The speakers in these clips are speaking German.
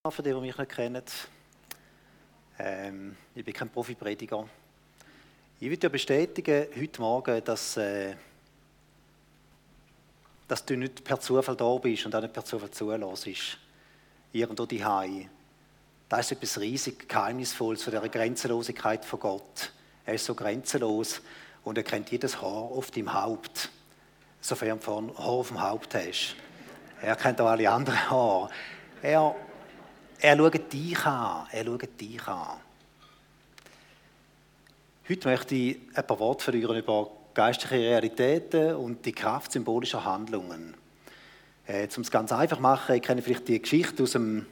Für die mich nicht kennen, ich bin kein Profi-Prediger. Ich will dir bestätigen, heute Morgen, dass du nicht per Zufall da bist und auch nicht per Zufall zulässt. Irgendwo daheim. Das ist etwas riesig Geheimnisvolles von dieser Grenzenlosigkeit von Gott. Er ist so grenzenlos und er kennt jedes Haar auf deinem Haupt, sofern du ein Haar auf dem Haupt hast. Er kennt auch alle anderen Haare. Er schaut dich an. Heute möchte ich ein paar Worte verlieren über geistliche Realitäten und die Kraft symbolischer Handlungen. Um es ganz einfach zu machen, ich kenne vielleicht die Geschichte aus dem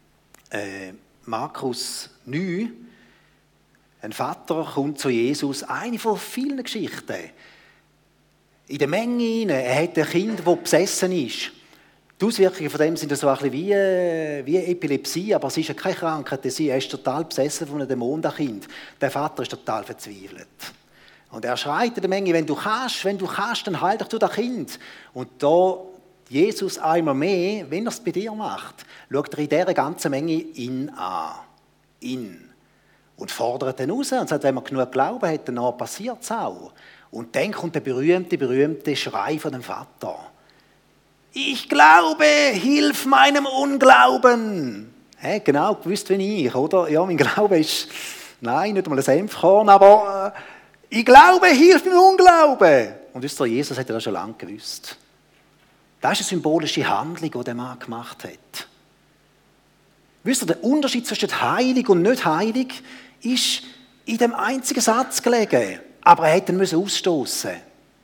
Markus 9. Ein Vater kommt zu Jesus, eine von vielen Geschichten. In der Menge, er hat ein Kind, das besessen ist. Die Auswirkungen von dem sind so ein bisschen wie Epilepsie, aber es ist ja keine Krankheit. Er ist total besessen von einem Dämon, das Kind. Der Vater ist total verzweifelt. Und er schreit in der Menge, wenn du kannst, dann heil doch du das Kind. Und da Jesus einmal mehr, wenn er es bei dir macht, schaut er in dieser ganzen Menge ihn an. Und fordert ihn raus und sagt, wenn man genug Glauben hat, dann passiert es auch. Und dann kommt der berühmte Schrei von dem Vater. Ich glaube, hilf meinem Unglauben. Genau, gewusst wie ich, oder? Ja, mein Glaube ist, nein, nicht einmal ein Senfkorn, aber ich glaube, hilf meinem Unglauben. Und wisst ihr, Jesus hat das schon lange gewusst. Das ist eine symbolische Handlung, die der Mann gemacht hat. Wisst ihr, der Unterschied zwischen heilig und nicht heilig ist in dem einzigen Satz gelegen. Aber er hätte ihn ausstoßen.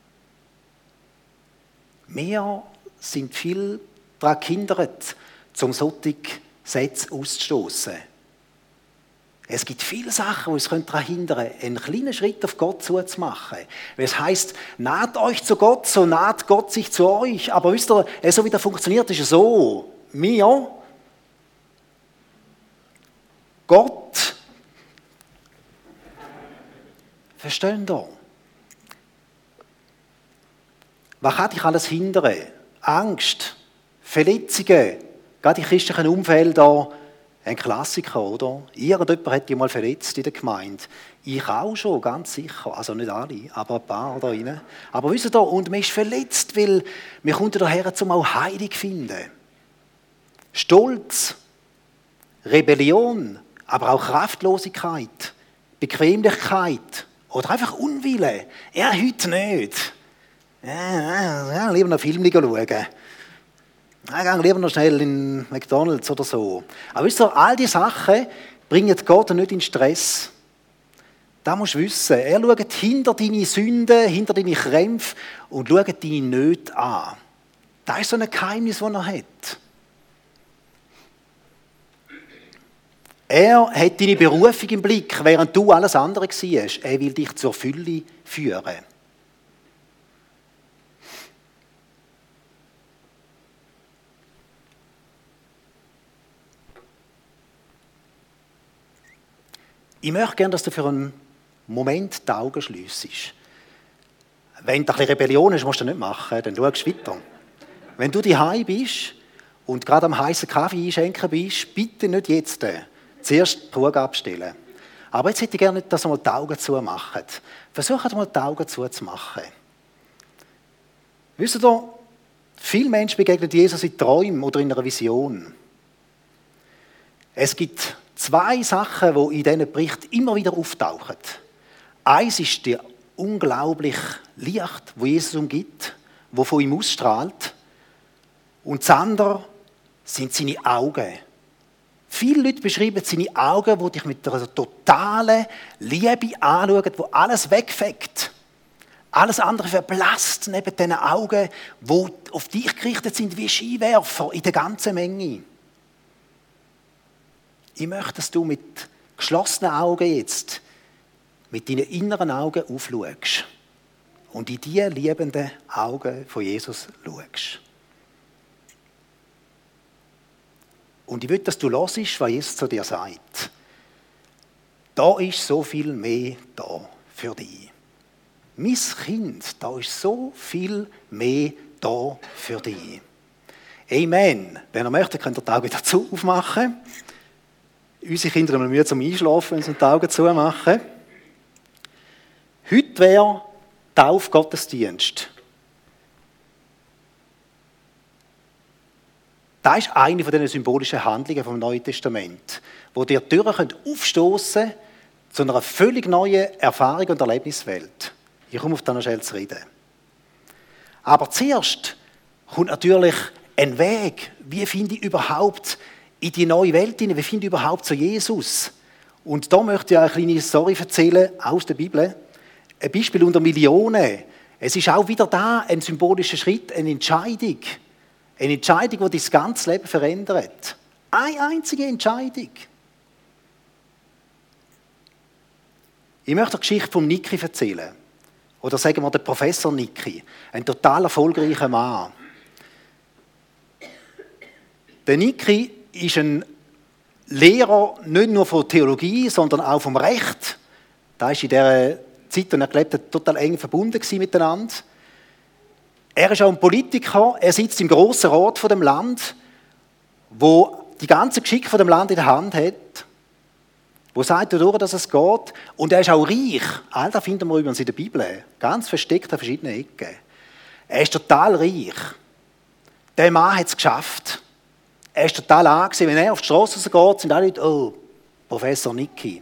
Wir sind viel daran gehindert, um solche Sätze auszustoßen. Es gibt viele Sachen, die uns daran hindern können, einen kleinen Schritt auf Gott zuzumachen. Weil es heisst, naht euch zu Gott, so naht Gott sich zu euch. Aber wisst ihr, so wie das funktioniert, ist es so. Gott, verstehen ihr? Was kann dich alles hindern? Angst, Verletzungen, gerade im christlichen Umfeld da, ein Klassiker, oder? Irgendjemand hat dich mal verletzt in der Gemeinde. Ich auch schon, ganz sicher. Also nicht alle, aber ein paar da rein. Aber wisst ihr, und man ist verletzt, weil wir kommen daher, um auch Heilung zu finden. Stolz, Rebellion, aber auch Kraftlosigkeit, Bequemlichkeit oder einfach Unwille. Heute nicht. Lieber noch Film schauen. Geh lieber noch schnell in McDonald's oder so. Aber wisst ihr, all diese Sachen bringen Gott nicht in Stress. Das musst du wissen. Er schaut hinter deine Sünden, hinter deine Krämpfe und schaut deine Nöte an. Das ist so ein Geheimnis, das er hat. Er hat deine Berufung im Blick, während du alles andere warst. Er will dich zur Fülle führen. Ich möchte gerne, dass du für einen Moment die Augen schliessest. Wenn da ein bisschen Rebellion ist, musst du das nicht machen, dann schaust du weiter. Wenn du daheim bist und gerade am heißen Kaffee einschenken bist, bitte nicht jetzt. Zuerst die Ruhe abstellen. Aber jetzt hätte ich gerne, dass ihr mal die Augen zumacht. Versucht mal die Augen zuzumachen. Wisst ihr, viele Menschen begegnen Jesus in Träumen oder in einer Vision. Es gibt zwei Sachen, die in diesen Berichten immer wieder auftauchen. Eins ist der unglaubliche Licht, das Jesus umgibt, das von ihm ausstrahlt. Und das andere sind seine Augen. Viele Leute beschreiben seine Augen, die dich mit einer totalen Liebe anschauen, die alles wegfegt. Alles andere verblasst neben diesen Augen, die auf dich gerichtet sind wie Skiwerfer in der ganzen Menge. Ich möchte, dass du mit geschlossenen Augen jetzt, mit deinen inneren Augen aufschaust und in die liebenden Augen von Jesus schaust. Und ich will, dass du hörst, was Jesus zu dir sagt. Da ist so viel mehr da für dich. Mein Kind, da ist so viel mehr da für dich. Amen. Wenn ihr möchtet, könnt ihr die Augen wieder aufmachen. Unsere Kinder haben Mühe zum Einschlafen, wenn sie die Augen zumachen. Heute wäre Taufgottesdienst. Das ist eine von diesen symbolischen Handlungen vom Neuen Testament, wo die Türen aufstoßen können zu einer völlig neuen Erfahrung und Erlebniswelt. Ich komme auf das noch schnell zu reden. Aber zuerst kommt natürlich ein Weg. Wie finde ich überhaupt in die neue Welt hinein? Wie finde ich überhaupt zu Jesus? Und da möchte ich eine kleine Story erzählen aus der Bibel. Ein Beispiel unter Millionen. Es ist auch wieder da ein symbolischer Schritt, eine Entscheidung. Eine Entscheidung, die das ganze Leben verändert. Eine einzige Entscheidung. Ich möchte die Geschichte von Niki erzählen. Oder sagen wir den Professor Niki. Ein total erfolgreicher Mann. Der Niki ist ein Lehrer nicht nur von Theologie, sondern auch vom Recht. Da war in dieser Zeit, in der er gelebt hat, total eng verbunden miteinander. Er ist auch ein Politiker. Er sitzt im Grossen Rat von dem Land, wo die ganze Geschichte von dem Land in der Hand hat. Wo sagt er durch, dass es geht. Und er ist auch reich. All das finden wir übrigens in der Bibel. Ganz versteckt an verschiedenen Ecken. Er ist total reich. Der Mann hat es geschafft. Er ist total angesehen. Wenn er auf die Straße geht, sind alle Leute, oh, Professor Niki.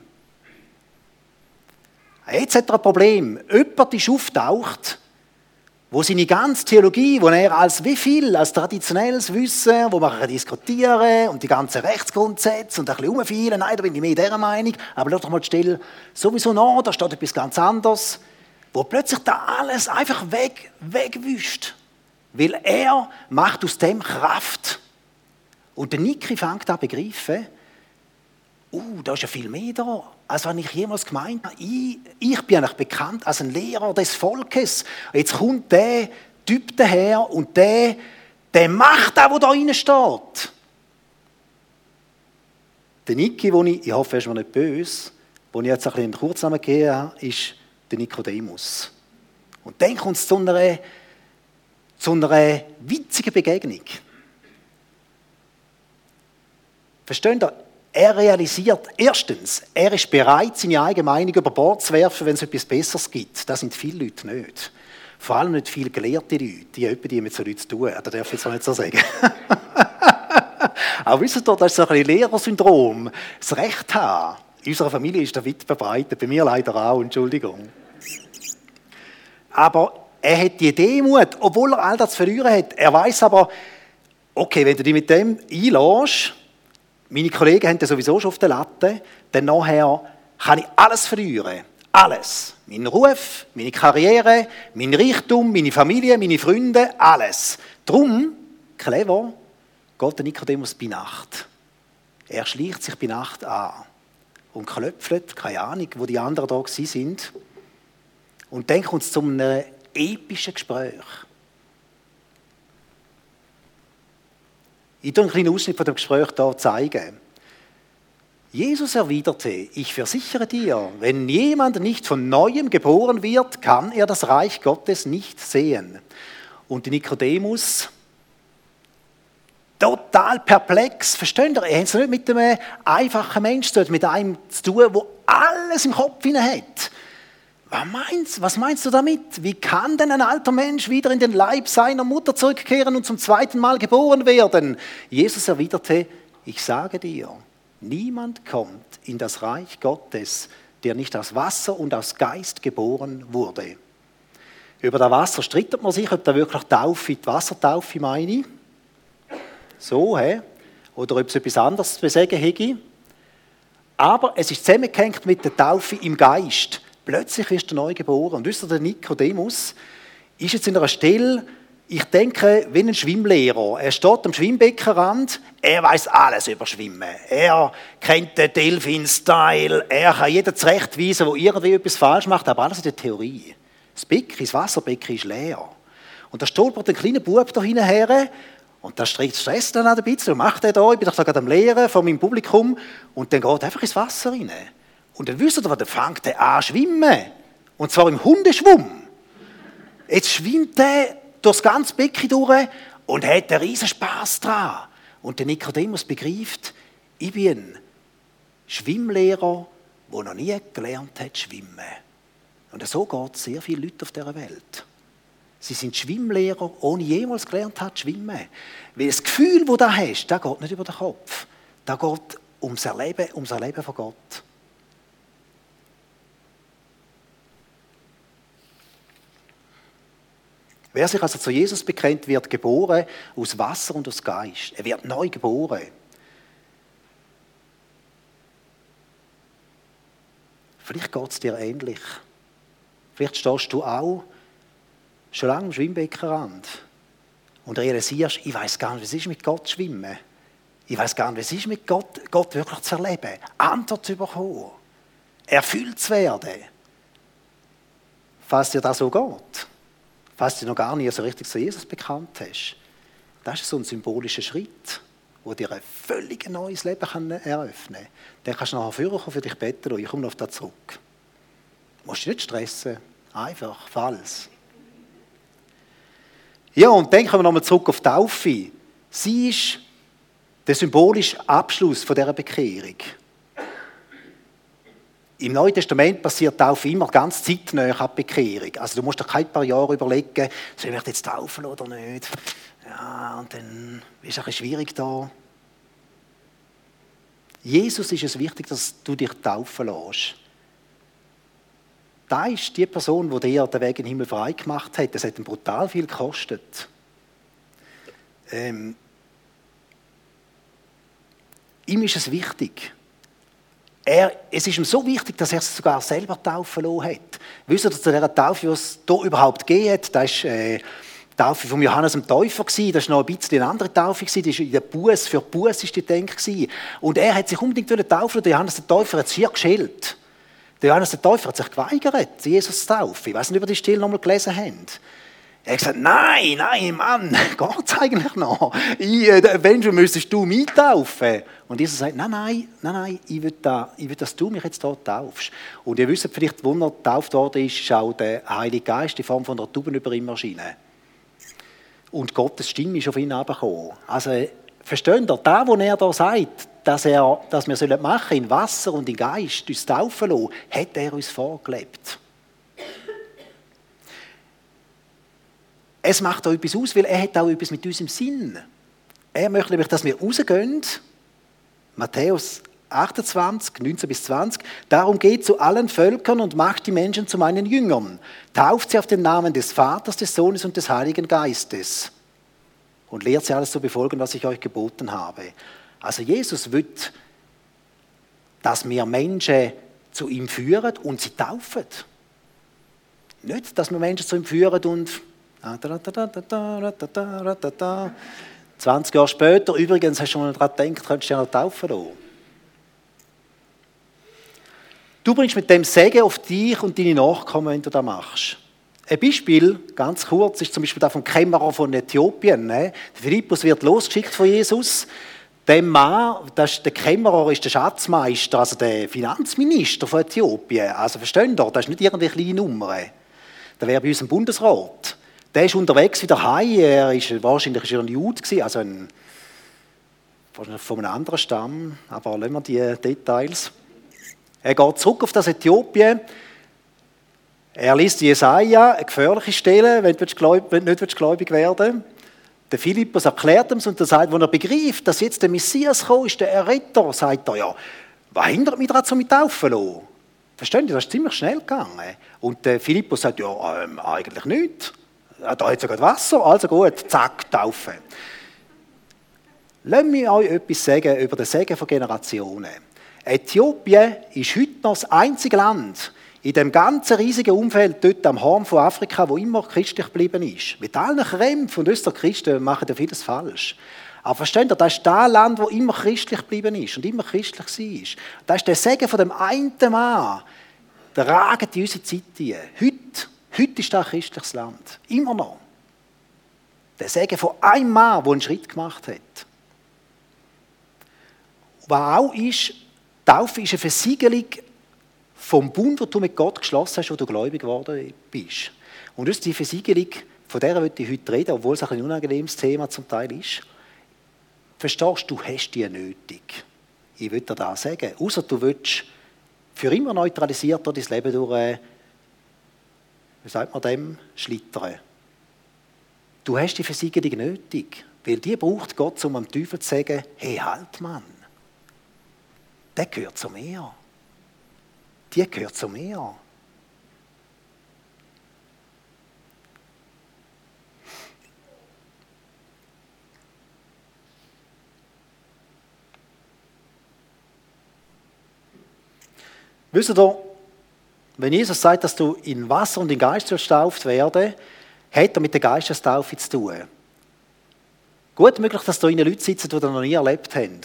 Jetzt hat er ein Problem. Jemand ist auftaucht, wo seine ganze Theologie, wo er als traditionelles Wissen, wo man diskutieren und die ganzen Rechtsgrundsätze und ein bisschen rumfeilen, nein, da bin ich mehr dieser Meinung, aber lass doch mal still, sowieso noch, da steht etwas ganz anderes, wo plötzlich da alles einfach wegwischt. Weil er macht aus dem Kraft. Und der Niki fängt an zu begreifen, da ist ja viel mehr da, als wenn ich jemals gemeint habe. Ich bin eigentlich bekannt als ein Lehrer des Volkes. Jetzt kommt der Typ daher und der macht das, was da drin steht. Der Niki, ich hoffe, er ist mir nicht böse, den ich jetzt ein bisschen einen Kurznamen gegeben habe, ist der Nikodemus. Und dann kommt es zu einer witzigen Begegnung. Versteht ihr? Er realisiert, erstens, er ist bereit, seine eigene Meinung über Bord zu werfen, wenn es etwas Besseres gibt. Das sind viele Leute nicht. Vor allem nicht viele gelehrte Leute, die mit so Leuten zu tun haben. Das darf ich jetzt auch nicht so sagen. Aber wisst ihr, das ist so ein bisschen Lehrersyndrom. Das Recht haben. In unserer Familie ist das weit verbreitet, bei mir leider auch, Entschuldigung. Aber er hat die Demut, obwohl er all das zu verlieren hat. Er weiß aber, okay, wenn du dich mit dem einlässt, meine Kollegen haben das sowieso schon auf der Latte, dann nachher kann ich alles verlieren. Alles. Meinen Ruf, meine Karriere, mein Reichtum, meine Familie, meine Freunde, alles. Darum, clever, geht der Nikodemus bei Nacht. Er schleicht sich bei Nacht an und klopft, keine Ahnung, wo die anderen da sind. Und dann kommt es zu einem epischen Gespräch. Ich tue einen kleinen Ausschnitt von dem Gespräch hier zeigen. Jesus erwiderte, ich versichere dir, wenn jemand nicht von Neuem geboren wird, kann er das Reich Gottes nicht sehen. Und Nikodemus, total perplex, versteht ihr? Er hat es nicht mit einem einfachen Menschen zu tun, mit einem zu tun, der alles im Kopf hat. Was meinst du damit? Wie kann denn ein alter Mensch wieder in den Leib seiner Mutter zurückkehren und zum zweiten Mal geboren werden? Jesus erwiderte, ich sage dir, niemand kommt in das Reich Gottes, der nicht aus Wasser und aus Geist geboren wurde. Über das Wasser streitet man sich, ob da wirklich Taufe, die Wassertaufe meine. So, oder ob es etwas anderes zu sagen hätte. Aber es ist zusammengehängt mit der Taufe im Geist. Plötzlich wirst du neu geboren. Und wisst ihr, der Nikodemus ist jetzt in einer Stelle, ich denke, wie ein Schwimmlehrer. Er steht am Schwimmbeckenrand, er weiß alles über Schwimmen. Er kennt den Delfin-Style, er kann jeden zurechtweisen, der irgendwie etwas falsch macht, aber alles in der Theorie. Das Wasserbecken ist leer. Und da stolpert ein kleiner Bub da hinten und das stresst dann ein bisschen. Was macht er da? Ich bin doch gerade am Lehren von meinem Publikum. Und dann geht er einfach ins Wasser rein. Und dann wisst ihr, dann fängt er an zu schwimmen. Und zwar im Hundeschwumm. Jetzt schwimmt er durch das ganze Becken durch und hat einen riesen Spass daran. Und der Nikodemus begreift, ich bin ein Schwimmlehrer, der noch nie gelernt hat zu schwimmen. Und so geht es sehr vielen Leuten auf dieser Welt. Sie sind Schwimmlehrer, ohne jemals gelernt haben zu schwimmen. Weil das Gefühl, das du da hast, das geht nicht über den Kopf. Das geht ums Erleben von Gott. Wer sich also zu Jesus bekennt, wird geboren aus Wasser und aus Geist. Er wird neu geboren. Vielleicht geht es dir ähnlich. Vielleicht stehst du auch schon lange am Schwimmbeckenrand und realisierst, ich weiss gar nicht, was es ist, mit Gott zu schwimmen. Ich weiss gar nicht, was es ist, mit Gott wirklich zu erleben, Antwort zu bekommen, erfüllt zu werden. Falls dir das so geht, falls du noch gar nicht so richtig zu Jesus bekannt hast, das ist so ein symbolischer Schritt, der dir ein völlig neues Leben eröffnen kann. Dann kannst du nachher vorkommen, für dich beten und ich komme noch auf das zurück. Du musst dich nicht stressen, einfach, falls. Ja, und dann kommen wir nochmal zurück auf die Taufe. Sie ist der symbolische Abschluss von dieser Bekehrung. Im Neuen Testament passiert die Taufe immer ganz zeitnah ab die Bekehrung. Also du musst dir kein paar Jahre überlegen, soll ich jetzt taufen oder nicht? Ja, und dann ist es ein bisschen schwierig da. Jesus ist es wichtig, dass du dich taufen lässt. Da ist die Person, die dir den Weg in den Himmel frei gemacht hat. Das hat ihm brutal viel gekostet. Ihm ist es wichtig. Es ist ihm so wichtig, dass er es sogar selber taufen lassen hat. Wisst ihr, dass zu dieser Taufe, die es hier überhaupt geht, das war die Taufe von Johannes dem Täufer, das war noch ein bisschen eine andere Taufe, das war in der Buß, für die Buß war die gedacht. Und er hat sich unbedingt taufen lassen, Johannes der Täufer hat es hier geschält. Der Johannes der Täufer hat sich geweigert, Jesus zu taufen. Ich weiß nicht, ob ihr die Stelle noch mal gelesen habt. Er hat gesagt, nein, Mann, geht's eigentlich noch? Wenn schon, müsstest du mich taufen. Und Jesus sagt, nein, ich will, dass du mich jetzt hier taufst. Und ihr wisst vielleicht, wo er getauft worden ist auch der Heilige Geist in Form von einer Taube über ihm erschienen. Und Gottes Stimme ist auf ihn herabgekommen. Also, versteht ihr, das, was er da sagt, dass wir machen sollen, in Wasser und in Geist, uns taufen lassen, hat er uns vorgelebt. Es macht auch etwas aus, weil er hat auch etwas mit uns im Sinn. Er möchte nämlich, dass wir rausgehen. Matthäus 28, 19 bis 20. Darum geht zu allen Völkern und macht die Menschen zu meinen Jüngern. Tauft sie auf den Namen des Vaters, des Sohnes und des Heiligen Geistes. Und lehrt sie alles zu befolgen, was ich euch geboten habe. Also Jesus will, dass wir Menschen zu ihm führen und sie taufen. Nicht, dass wir Menschen zu ihm führen und 20 Jahre später, übrigens, hast du schon mal daran gedacht, könntest du ja noch taufen lassen. Du bringst mit dem Segen auf dich und deine Nachkommen, wenn du das machst. Ein Beispiel, ganz kurz, ist zum Beispiel das vom Kämmerer von Äthiopien. Der Philippus wird losgeschickt von Jesus. Der Mann, der Kämmerer ist der Schatzmeister, also der Finanzminister von Äthiopien. Also versteht ihr, das ist nicht irgendeine kleine Nummer. Der wäre bei uns im Bundesrat. Der ist unterwegs wieder heim. Wahrscheinlich war er ein Jude, also wahrscheinlich von einem anderen Stamm. Aber lassen wir die Details. Er geht zurück auf das Äthiopien. Er liest Jesaja, eine gefährliche Stelle, wenn du nicht gläubig werden willst. Der Philippus erklärt ihm und er sagt, als er begreift, dass jetzt der Messias gekommen ist, der Erretter, sagt er, ja, was hindert mich daran, mich taufen zu lassen? Verstehen Sie, das ist ziemlich schnell gegangen. Und der Philippus sagt, ja, eigentlich nicht. Da hat sogar Wasser, also gut, zack, taufen. Lasst mich euch etwas sagen über den Segen von Generationen. Äthiopien ist heute noch das einzige Land in dem ganzen riesigen Umfeld dort am Horn von Afrika, wo immer christlich geblieben ist. Mit allen Krämpfen und unseren Christen machen ja vieles falsch. Aber versteht ihr, das ist das Land, wo immer christlich geblieben ist und immer christlich war. Das ist der Segen von dem einen Mann, der ragt in unsere Zeit hinein. Heute ist das ein christliches Land. Immer noch. Der Segen von einem Mann, der einen Schritt gemacht hat. Was auch ist, Taufe ist eine Versiegelung vom Bund, den du mit Gott geschlossen hast, wo du gläubig geworden bist. Und diese Versiegelung von der möchte ich heute reden, obwohl es ein unangenehmes Thema zum Teil ist. Verstehst du, hast die nötig. Ich will dir das sagen. Außer du willst für immer neutralisiert durch dein Leben durch, wie sagt man dem, schlittern. Du hast die Versiegelung nötig, weil die braucht Gott, um am Teufel zu sagen, hey, halt Mann, der gehört zu mir. Die gehört zu mir. Wisst ihr, wenn Jesus sagt, dass du in Wasser und in Geist getauft werden, hat er mit der Geistestaufe zu tun. Gut möglich, dass da in Leute sitzen, die das noch nie erlebt haben.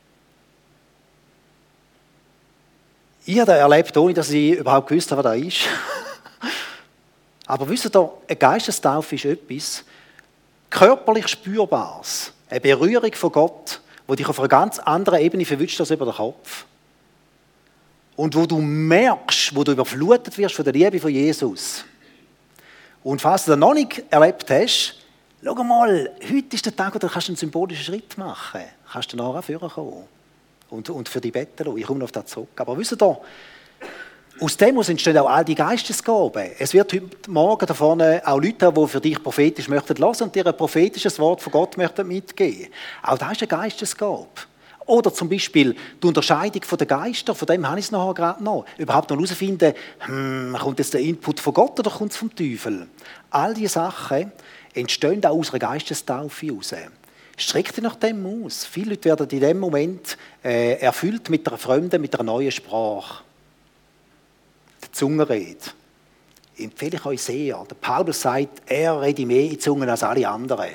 Ich habe das erlebt, ohne dass ich überhaupt gewusst habe, was das ist. Aber wisst ihr, eine Geistestaufe ist etwas körperlich Spürbares. Eine Berührung von Gott, die dich auf einer ganz anderen Ebene verwünscht als über den Kopf. Und wo du merkst, wo du überflutet wirst von der Liebe von Jesus. Und falls du das noch nicht erlebt hast, schau mal, heute ist der Tag, wo du einen symbolischen Schritt machen kannst. Kannst du nachher vorkommen und für die beten lassen. Ich komme noch auf das zurück. Aber wisst ihr, aus dem entstehen auch all die Geistesgaben. Es wird heute Morgen da vorne auch Leute haben, die für dich prophetisch möchten hören und dir ein prophetisches Wort von Gott möchten mitgeben. Auch das ist eine Geistesgabe. Oder zum Beispiel die Unterscheidung der Geister, von dem habe ich es nachher gerade noch. Überhaupt noch herausfinden, kommt jetzt der Input von Gott oder kommt es vom Teufel? All diese Sachen entstehen auch aus einer Geistestaufe heraus. Streck dich nach dem aus. Viele Leute werden in dem Moment erfüllt mit einer fremden, mit einer neuen Sprache. Die Zungenrede. Empfehle ich euch sehr. Der Paulus sagt, er redet mehr in Zungen als alle anderen.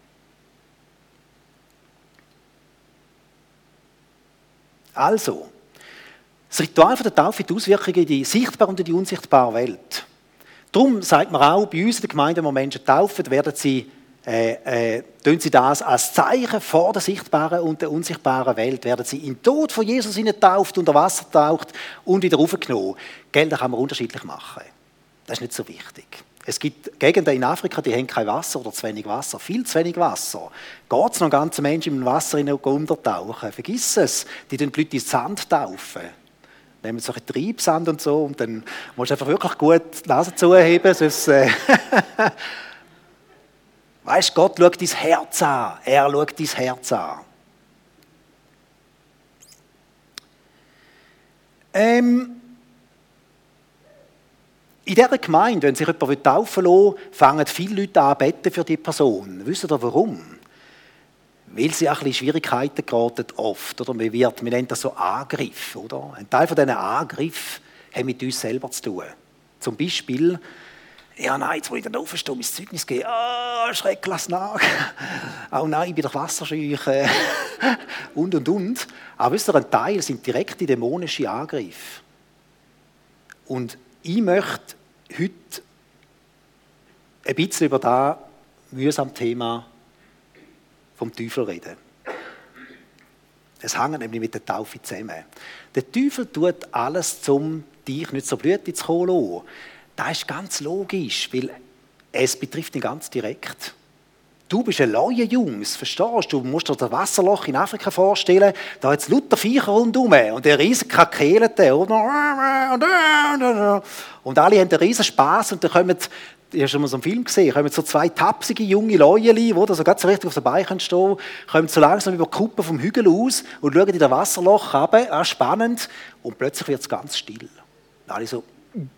Also, das Ritual der Taufe hat Auswirkungen in die sichtbare und in die unsichtbare Welt. Darum sagt man auch, bei uns in der Gemeinde, wenn wir Menschen taufen, tun sie das als Zeichen vor der sichtbaren und der unsichtbaren Welt. Werden sie in den Tod von Jesus getauft, unter Wasser getaucht und wieder raufgenommen. Gell, das kann man unterschiedlich machen. Das ist nicht so wichtig. Es gibt Gegenden in Afrika, die haben kein Wasser oder zu wenig Wasser, viel zu wenig Wasser. Geht es noch ganze Menschen im Wasser untertauchen? Vergiss es. Die Leute ins Sand taufen. Nehmen so ein Treibsand und so und dann musst du einfach wirklich gut die Nase zuheben, sonst weißt, Gott schaut dein Herz an. Er schaut dein Herz an. In dieser Gemeinde, wenn sich jemand taufen lassen will, fangen viele Leute an, beten für die Person. Wisst ihr warum? Weil sie auch ein bisschen Schwierigkeiten geraten oft. Oder? Wir nennen das so Angriff. Oder? Ein Teil von diesen Angriffen hat mit uns selber zu tun. Zum Beispiel, ja nein, jetzt will ich dann aufstehen, mein Zeugnis geben. Schreck, lass nach. Oh nein, ich bin doch wasserscheu. und. Aber wisst ihr, ein Teil sind direkte dämonische Angriffe. Und ich möchte heute ein bisschen über das mühsame Thema vom Teufel reden. Es hängt nämlich mit der Taufe zusammen. Der Teufel tut alles, um dich nicht so blöd zu kommen. Das ist ganz logisch, weil es betrifft ihn ganz direkt. Du bist ein neuer Jungs, verstehst du? Du musst dir das Wasserloch in Afrika vorstellen, da hat es lauter Viecher rundherum und der riesige Krakelete, oder? Und alle haben einen riesen Spass und dann kommen, ich habe schon mal so einen Film gesehen, kommen so zwei tapsige junge Leute, die so ganz so richtig auf den Beinen stehen, kommen so langsam über die Kuppe vom Hügel aus und schauen in das Wasserloch runter, spannend, und plötzlich wird es ganz still. Und alle so.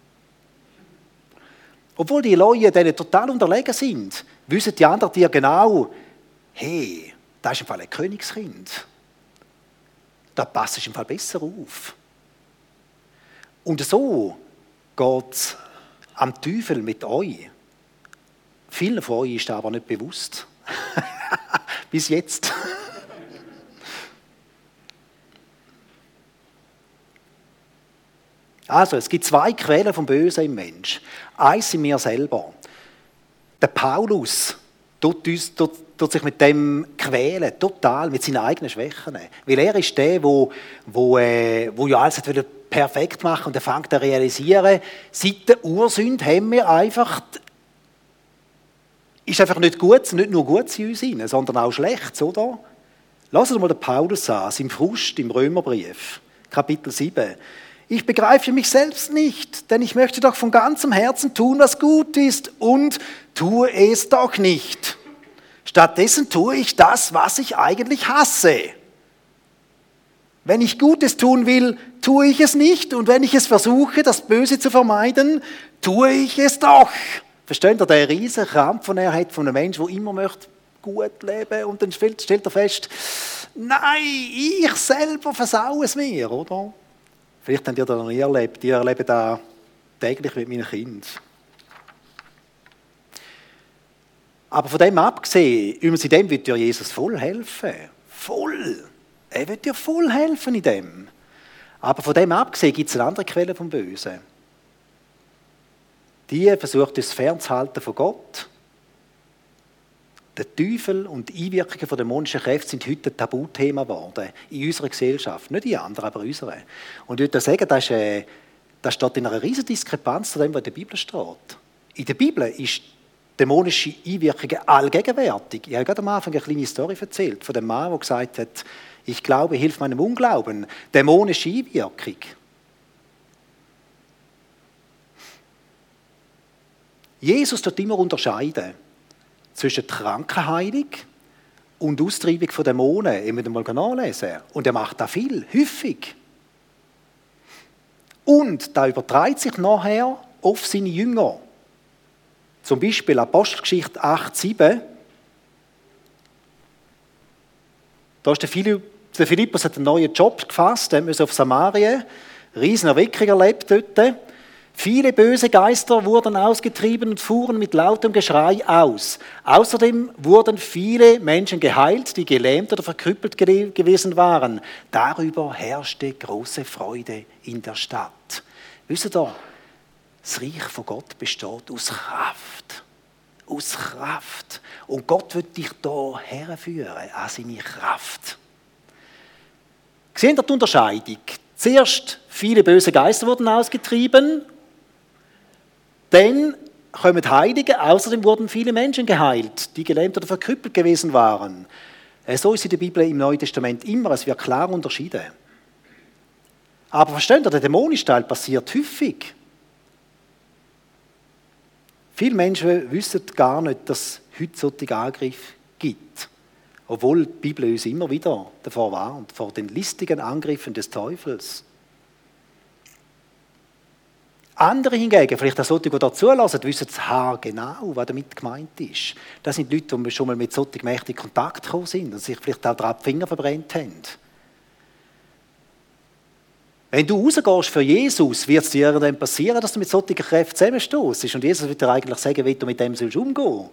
Obwohl die Leute denen total unterlegen sind, wissen die anderen dir genau, hey, das ist im Fall ein Königskind. Da passt im Fall besser auf. Und so geht es am Teufel mit euch. Vielen von euch ist das aber nicht bewusst. Bis jetzt. Also, es gibt zwei Quellen vom Bösen im Mensch. Eins in mir selber. Der Paulus tut sich mit dem quälen, total, mit seinen eigenen Schwächen. Weil er ist der, wo ja alles perfekt machen und er fängt an realisieren, seit der Ursünde haben wir einfach ist einfach nicht gut, nicht nur gut in uns hinein, sondern auch schlecht, oder? Lass uns mal den Paulus an, seinem Frust im Römerbrief, Kapitel 7. Ich begreife mich selbst nicht, denn ich möchte doch von ganzem Herzen tun, was gut ist, und tue es doch nicht. Stattdessen tue ich das, was ich eigentlich hasse. Wenn ich Gutes tun will, tue ich es nicht. Und wenn ich es versuche, das Böse zu vermeiden, tue ich es doch. Versteht ihr den riesen Krampf, den er hat, von einem Menschen, der immer möchte gut leben, und dann stellt er fest, nein, ich selber versaue es mir, oder? Vielleicht habt ihr das noch nie erlebt. Ich erlebe das täglich mit meinen Kindern. Aber von dem abgesehen, übrigens in dem wird dir Jesus voll helfen. Voll. Er wird dir voll helfen in dem. Aber von dem abgesehen gibt es eine andere Quelle vom Bösen. Die versucht uns fernzuhalten von Gott. Der Teufel und die Einwirkungen von dämonischen Kräften sind heute ein Tabuthema geworden. In unserer Gesellschaft. Nicht in anderen, aber in unserer. Und ich würde sagen, das steht in einer riesen Diskrepanz zu dem, was in der Bibel steht. In der Bibel ist dämonische Einwirkungen allgegenwärtig. Ich habe gerade am Anfang eine kleine Story erzählt von dem Mann, der gesagt hat, ich glaube, hilf meinem Unglauben. Dämonische Einwirkung. Jesus tut immer unterscheiden zwischen Krankenheilung und Austreibung von Dämonen. Ihr müsst mal nachlesen. Und er macht das viel, häufig. Und da überträgt sich nachher auf seine Jünger. Zum Beispiel Apostelgeschichte 8,7. Da ist der Philippus hat einen neuen Job gefasst, er musste auf Samarien, riesen Erweckung erlebt dort. Viele böse Geister wurden ausgetrieben und fuhren mit lautem Geschrei aus. Außerdem wurden viele Menschen geheilt, die gelähmt oder verkrüppelt gewesen waren. Darüber herrschte große Freude in der Stadt. Wisst ihr, das Reich von Gott besteht aus Kraft. Aus Kraft. Und Gott wird dich hier herführen an seine Kraft. Seht ihr die Unterscheidung? Zuerst viele böse Geister wurden ausgetrieben, dann kommen Heilige, außerdem wurden viele Menschen geheilt, die gelähmt oder verkrüppelt gewesen waren. So ist in der Bibel im Neuen Testament immer, es wird klar unterschieden. Aber versteht ihr, der dämonische Teil passiert häufig. Viele Menschen wissen gar nicht, dass es heute solche Angriffe gibt. Obwohl die Bibel uns immer wieder davor warnt, vor den listigen Angriffen des Teufels. Andere hingegen, vielleicht auch solche, die da zulassen, wissen genau, was damit gemeint ist. Das sind Leute, die schon mal mit solchen Mächten in Kontakt gekommen sind und sich vielleicht auch daran die Finger verbrennt haben. Wenn du rausgehst für Jesus, wird es dir irgendwann passieren, dass du mit solchen Kräften zusammenstossest. Und Jesus wird dir eigentlich sagen, wie du mit dem umgehen sollst.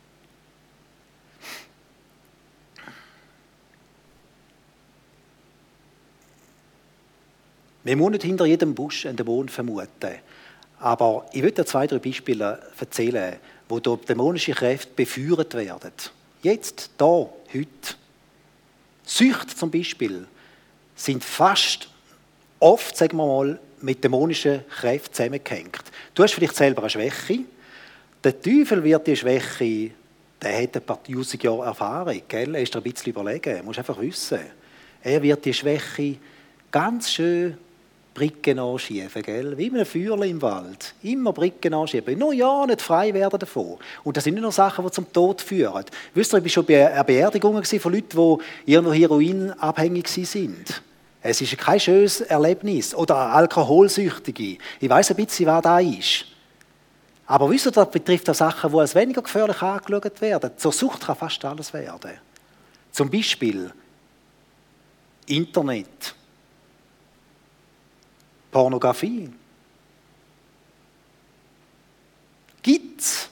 Wir müssen nicht hinter jedem Busch einen Dämon vermuten. Aber ich will dir 2, 3 Beispiele erzählen, wo durch dämonische Kräfte beführt werden. Jetzt, da, heute. Süchte zum Beispiel sind fast oft, sagen wir mal, mit dämonischen Kräften zusammengehängt. Du hast vielleicht selber eine Schwäche. Der Teufel wird die Schwäche, der hat ein paar tausend Jahre Erfahrung, gell? Er ist ein bisschen überlegen, du musst einfach wissen. Er wird die Schwäche ganz schön Bricken anschieben, gell? Wie ein Feuerchen im Wald. Immer Bricken anschieben. Nur ja, nicht frei werden davon. Und das sind nicht nur Sachen, die zum Tod führen. Wisst ihr, ich war schon bei Beerdigungen von Leuten, die irgendwo heroinabhängig sind. Es ist kein schönes Erlebnis. Oder Alkoholsüchtige. Ich weiss ein bisschen, was das ist. Aber wisst ihr, das betrifft auch Sachen, die als weniger gefährlich angeschaut werden. Zur Sucht kann fast alles werden. Zum Beispiel Internet. Pornografie. Gibt's?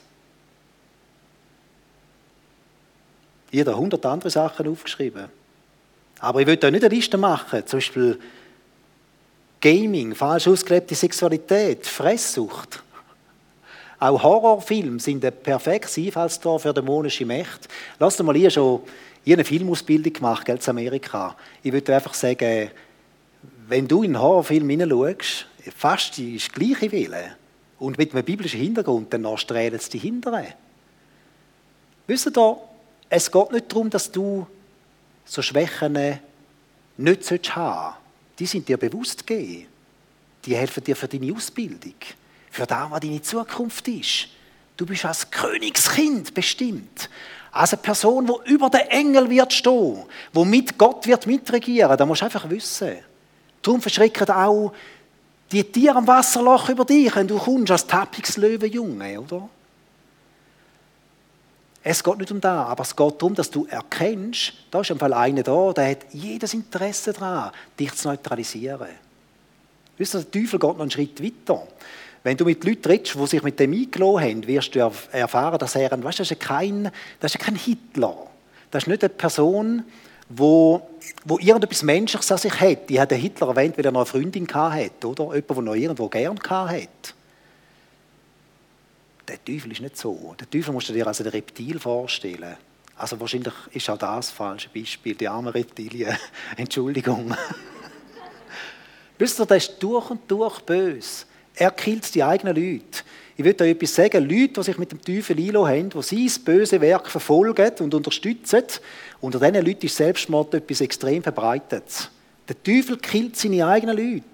Jeder 100 andere Sachen aufgeschrieben. Aber ich will da nicht eine Liste machen. Zum Beispiel Gaming, falsch ausgelebte Sexualität, Fresssucht. Auch Horrorfilme sind ein perfektes Einfallstor für dämonische Mächte. Lass dir mal hier schon eine Filmausbildung gemacht, in Amerika. Ich würde einfach sagen, wenn du in einen Horrorfilm hineinschaust, fast das gleiche Wille und mit einem biblischen Hintergrund, dann strahlt es die Hinteren. Wisst ihr, es geht nicht darum, dass du so Schwächen nicht haben sollst. Die sind dir bewusst gegeben. Die helfen dir für deine Ausbildung, für das, was deine Zukunft ist. Du bist als Königskind bestimmt. Als eine Person, die über den Engel wird stehen, die mit Gott wird mitregieren. Da musst du einfach wissen. Darum verschrecken auch die Tiere am Wasserloch über dich, wenn du kommst als Tapix-Löwenjunge, oder? Es geht nicht um das, aber es geht darum, dass du erkennst, da ist im Fall einer da, der hat jedes Interesse daran, dich zu neutralisieren. Wisst ihr, der Teufel geht noch einen Schritt weiter. Wenn du mit Leuten redest, die sich mit dem eingelassen haben, wirst du erfahren, dass er, weißt, das ist kein Hitler. Das ist nicht eine Person, die irgendetwas Menschliches an sich hat. Die hat den Hitler erwähnt, weil er noch eine Freundin hatte, oder? Jemand, der noch irgendwo gern hatte. Der Teufel ist nicht so. Der Teufel musst du dir als ein Reptil vorstellen. Also wahrscheinlich ist auch das falsche Beispiel, die armen Reptilien. Entschuldigung. Wisst ihr, der ist durch und durch böse. Er killt die eigenen Leute. Ich will euch etwas sagen, Leute, die sich mit dem Teufel einlassen haben, die sein böse Werk verfolgen und unterstützen, unter diesen Leuten ist Selbstmord etwas extrem verbreitet. Der Teufel killt seine eigenen Leute.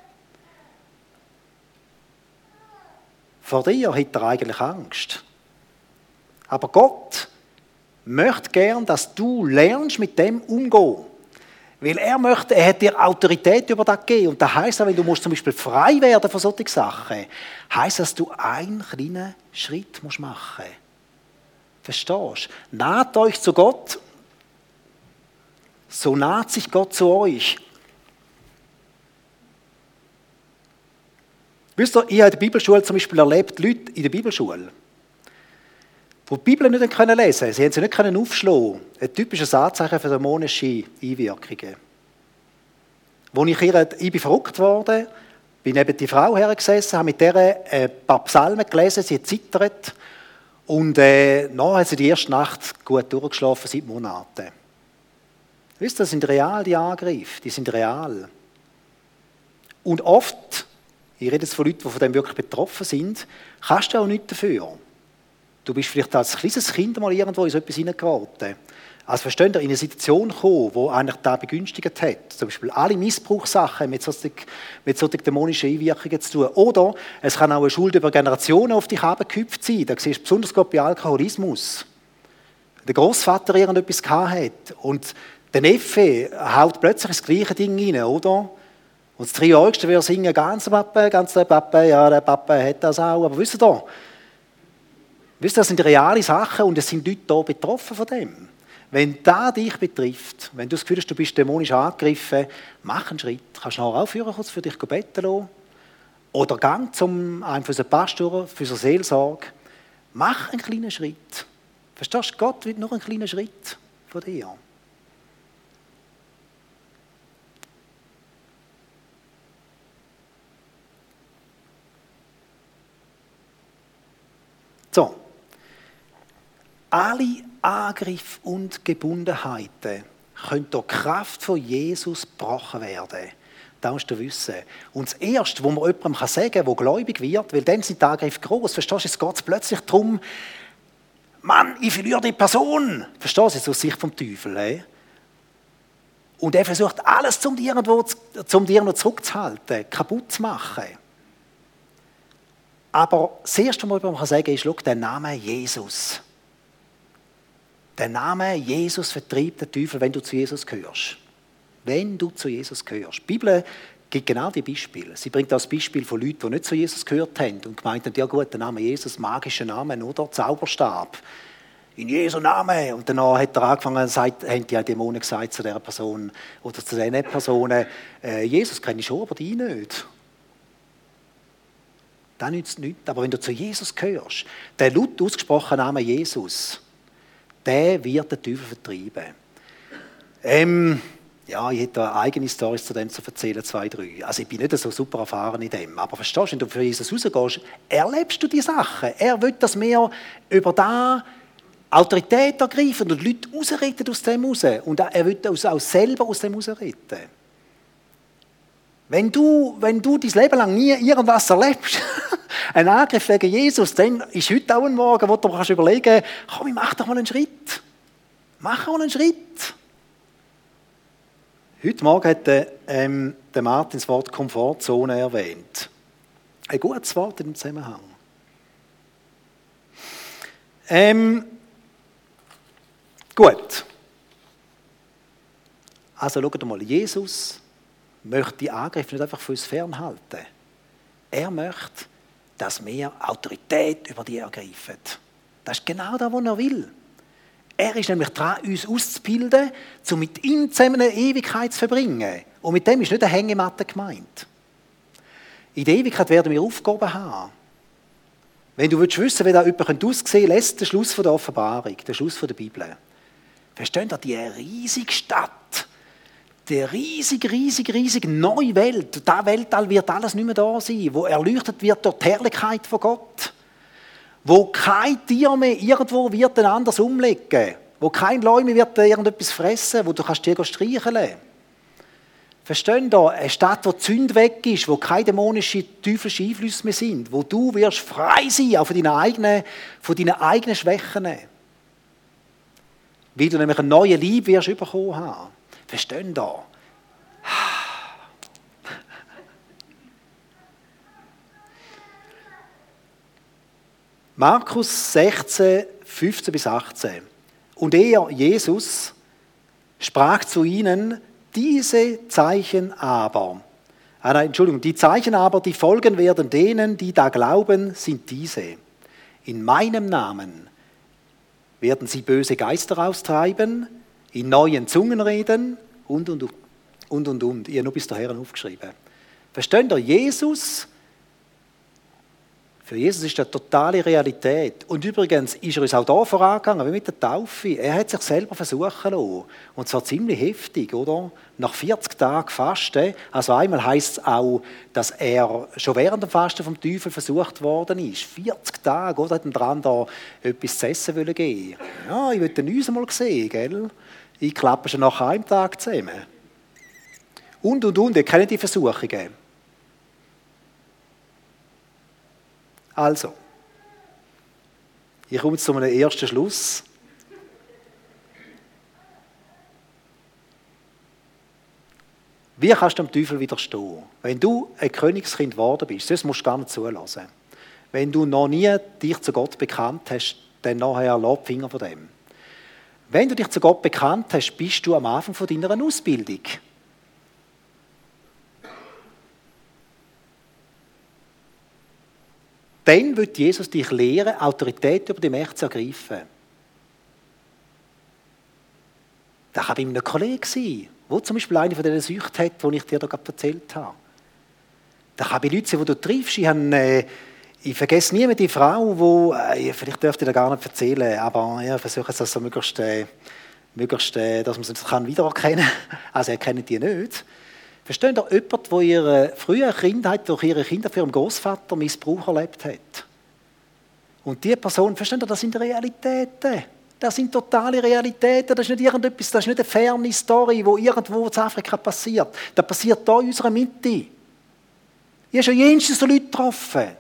Vor dir hat er eigentlich Angst. Aber Gott möchte gern, dass du lernst, mit dem umzugehen. Weil er hat dir Autorität über das gegeben. Und das heisst auch, wenn du zum Beispiel frei werden von solchen Sachen, heisst das, dass du einen kleinen Schritt machen musst. Verstehst du? Naht euch zu Gott, so naht sich Gott zu euch. Wisst ihr, ich habe in der Bibelschule zum Beispiel erlebt, Leute in der Bibelschule, die die Bibel nicht lesen konnten. Sie haben sie nicht aufschlagen. Ein typisches Anzeichen für dämonische Einwirkungen. Ich bin verrückt worden, bin neben die Frau hergesessen, habe mit der ein paar Psalmen gelesen, sie hat zittert. Und dann hat sie die erste Nacht gut durchgeschlafen, seit Monaten. Wisst ihr, das sind real, die Angriffe, die sind real. Und oft, ich rede jetzt von Leuten, die von dem wirklich betroffen sind, kannst du auch nichts dafür. Du bist vielleicht als kleines Kind mal irgendwo in so etwas hineingeraten. Als Verstehender in eine Situation gekommen, die eigentlich das begünstigt hat. Zum Beispiel alle Missbrauchssachen mit solchen dämonischen Einwirkungen zu tun. Oder es kann auch eine Schuld über Generationen auf dich herabgehüpft sein. Da siehst du besonders gut bei Alkoholismus. Der Großvater irgendetwas hatte und der Neffe haut plötzlich das gleiche Ding rein, oder? Und das Dreijährigste würde singen, ganz der Papa, ja, der Papa hat das auch. Aber wisst ihr, das sind reale Sachen und es sind Leute hier betroffen von dem. Wenn das dich betrifft, wenn du das Gefühl hast, du bist dämonisch angegriffen, mach einen Schritt. Kannst du nachher aufhören, kurz für dich beten lassen. Oder gang zum einen für unseren Pastor, für unsere Seelsorge. Mach einen kleinen Schritt. Verstehst du, Gott will noch einen kleinen Schritt von dir. So. Alle Angriffe und Gebundenheiten können durch die Kraft von Jesus gebrochen werden. Das musst du wissen. Und das Erste, was man jemandem sagen kann, der gläubig wird, weil dann sind die Angriffe gross, verstehst du, es geht plötzlich darum, Mann, ich verliere die Person. Verstehst du, das ist aus Sicht vom Teufel. Und er versucht alles, um dir noch zurückzuhalten, kaputt zu machen. Aber das Erste, was man jemandem sagen kann, ist, schau, der Name Jesus. Der Name Jesus vertreibt den Teufel, wenn du zu Jesus gehörst. Wenn du zu Jesus gehörst. Die Bibel gibt genau die Beispiele. Sie bringt auch das Beispiel von Leuten, die nicht zu Jesus gehört haben und gemeint haben, ja gut, der Name Jesus, magischer Name, oder? Zauberstab. In Jesu Namen. Und danach hat er angefangen, haben die Dämonen gesagt zu dieser Person oder zu diesen Personen, Jesus kenne ich schon, aber die nicht. Das nützt nichts. Aber wenn du zu Jesus gehörst, der laut ausgesprochene Name Jesus, der wird den Teufel vertreiben. Ja, ich hätte eine eigene Story zu dem zu erzählen, 2, 3. Also ich bin nicht so super erfahren in dem. Aber verstehst du, wenn du für Jesus rausgehst, erlebst du die Sachen. Er will, dass wir über da Autorität ergreifen und Leute rausretten aus dem raus. Und er will uns auch selber aus dem rausretten. Wenn du dein Leben lang nie irgendwas erlebst, Ein Angriff wegen Jesus, dann ist heute auch ein Morgen, wo du dir überlegen kannst, komm, ich mach doch mal einen Schritt. Mach mal einen Schritt. Heute Morgen hat der Martin das Wort Komfortzone erwähnt. Ein gutes Wort in dem Zusammenhang. Gut. Also schaut mal, Jesus möchte die Angriffe nicht einfach von uns fernhalten. Er möchte, dass wir Autorität über die ergreifen. Das ist genau das, was er will. Er ist nämlich dran, uns auszubilden, um mit ihm zusammen eine Ewigkeit zu verbringen. Und mit dem ist nicht eine Hängematte gemeint. In der Ewigkeit werden wir Aufgaben haben. Wenn du wissen willst, wie da jemand aussehen könnte, lest den Schluss der Offenbarung, den Schluss der Bibel. Versteht ihr, die riesige Stadt, die riesige neue Welt, das Weltall wird alles nicht mehr da sein, wo erleuchtet wird durch die Herrlichkeit von Gott. Wo kein Tier mehr irgendwo wird ein anderes umlegen, wo kein Läume wird irgendetwas fressen, wo du kannst dir streicheln. Verstehen da, eine Stadt, wo die Sünde weg ist, wo keine dämonischen, teuflischen Einflüsse mehr sind, wo du wirst frei sein auch von deinen eigenen Schwächen. Weil du nämlich einen neuen Lieb wirst bekommen haben. Verstehen da? Markus 16, 15 bis 18. Und er, Jesus, sprach zu ihnen, diese Zeichen aber, die Zeichen aber, die folgen werden denen, die da glauben, sind diese. In meinem Namen werden sie böse Geister austreiben, in neuen Zungen reden und. Ich habe nur bis dahin aufgeschrieben. Versteht ihr, für Jesus ist das totale Realität. Und übrigens ist er uns auch da vorangegangen, wie mit der Taufe. Er hat sich selber versuchen lassen. Und zwar ziemlich heftig, oder? Nach 40 Tagen Fasten. Also einmal heisst es auch, dass er schon während dem Fasten vom Teufel versucht worden ist. 40 Tage, oder? Hat ihm dran da etwas zu essen geben. Ja, ich will den uns mal sehen, gell? Ich klappe schon nach einem Tag zusammen. Und. Ihr kennt die Versuchungen. Also, ich komme zu einem ersten Schluss. Wie kannst du dem Teufel widerstehen? Wenn du ein Königskind geworden bist, sonst musst du gar nicht zulassen. Wenn du noch nie dich zu Gott bekannt hast, dann nachher lass die Finger von dem. Wenn du dich zu Gott bekannt hast, bist du am Anfang von deiner Ausbildung. Dann wird Jesus dich lehren, Autorität über die Mächte zu ergreifen. Das kann bei einem Kollegen sein, der zum Beispiel eine von diesen Süchten hat, die ich dir da gerade erzählt habe. Das kann bei Leuten sein, die du triffst. Ich vergesse nie mehr die Frau, die, vielleicht dürfte ich das gar nicht erzählen, aber ich versuche es also möglichst, dass man es wiedererkennen kann. Also erkennen die nicht. Versteht ihr, jemand, der ihre frühe Kindheit durch ihre Kinder für ihren Großvater Missbrauch erlebt hat? Und diese Person, versteht ihr, das sind Realitäten. Das sind totale Realitäten. Das ist nicht irgendetwas, das ist nicht eine ferne Story, die irgendwo in Afrika passiert. Das passiert hier in unserer Mitte. Ich habe schon jenseits so Leute getroffen.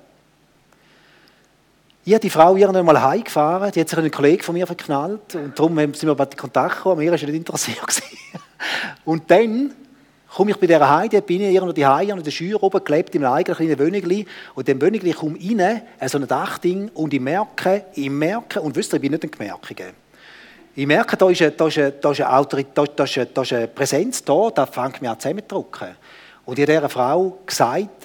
Ich habe die Frau irgendwann mal heimgefahren, die hat sich einen Kollegen von mir verknallt und darum sind wir bei Kontakt gekommen, mir war sie nicht interessiert. Und dann komme ich bei dieser Heide, bin ich irgendwo daheim in der Scheuer oben gelebt, in einem eigenen kleinen Wönigli. Und in dem Wönigli komme ich rein, so ein Dachding, und ich merke, und wisst ihr, ich bin nicht ein Gemerkiger. Ich merke, da ist eine Präsenz da fängt mich an zusammenzudrücken. Und ich habe dieser Frau gesagt,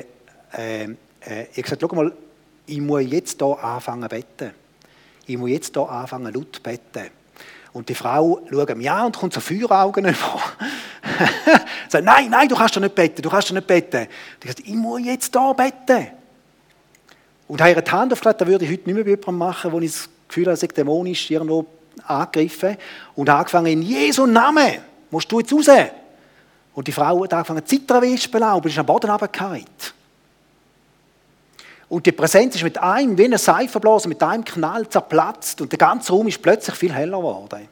schau mal, ich muss jetzt hier anfangen zu beten. Ich muss jetzt hier anfangen laut zu beten. Und die Frau schaut mich an und kommt so Feueraugen über. Sagt, nein, du kannst doch nicht beten, Ich sage, ich muss jetzt hier beten. Und habe ihr die Hand aufgelegt, das würde ich heute nicht mehr bei jemandem machen, wo ich das Gefühl habe, er sei dämonisch irgendwo angegriffen. Und habe angefangen, in Jesu Namen, musst du jetzt raus. Und die Frau hat angefangen, zittern wie Espenlaub, ist am Boden runtergefallen. Und die Präsenz ist mit einem, wie ein Seifenblasen, mit einem Knall zerplatzt und der ganze Raum ist plötzlich viel heller geworden.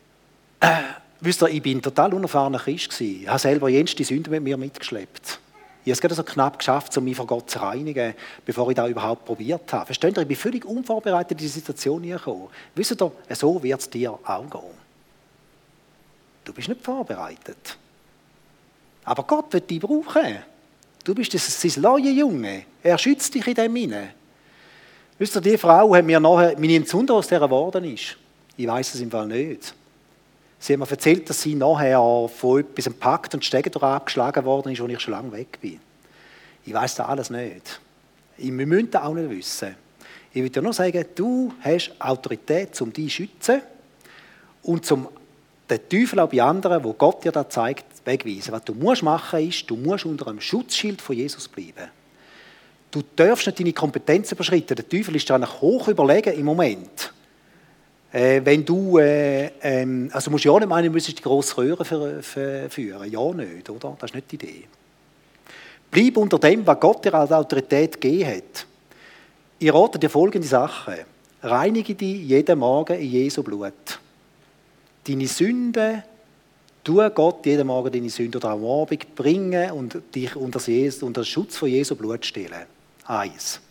Wisst ihr, ich bin ein total unerfahrener Christ gewesen. Ich habe selber jenste Sünde mit mir mitgeschleppt. Ich habe es gerade so knapp geschafft, um mich vor Gott zu reinigen, bevor ich das überhaupt probiert habe. Versteht ihr, ich bin völlig unvorbereitet in diese Situation gekommen. Wisst ihr, so wird es dir auch gehen. Du bist nicht vorbereitet. Aber Gott wird dich brauchen. Du bist sein neue Junge. Er schützt dich in dem hinein. Wisst ihr, die Frau hat mir nachher, meine Entzündung aus der geworden ist. Ich weiß es im Fall nicht. Sie hat mir erzählt, dass sie nachher von etwas gepackt und Stege abgeschlagen worden ist, als ich schon lange weg bin. Ich weiß das alles nicht. Wir müssen das auch nicht wissen. Ich will dir nur sagen, du hast Autorität, um dich zu schützen und um den Teufel auch bei anderen, wo Gott dir da zeigt, wegweisen. Was du musst machen ist, du musst unter einem Schutzschild von Jesus bleiben. Du darfst nicht deine Kompetenzen überschreiten. Der Teufel ist dir hoch überlegen im Moment. Wenn du, also musst du ja nicht meinen, du müsstest die grosse Röhre führen. Ja, nicht, oder? Das ist nicht die Idee. Bleib unter dem, was Gott dir als Autorität gegeben hat. Ich rate dir folgende Sachen. Reinige dich jeden Morgen in Jesu Blut. Deine Sünden, tu Gott jeden Morgen deine Sünden oder am Abend bringen und dich unter den Schutz von Jesu Blut stellen. 1.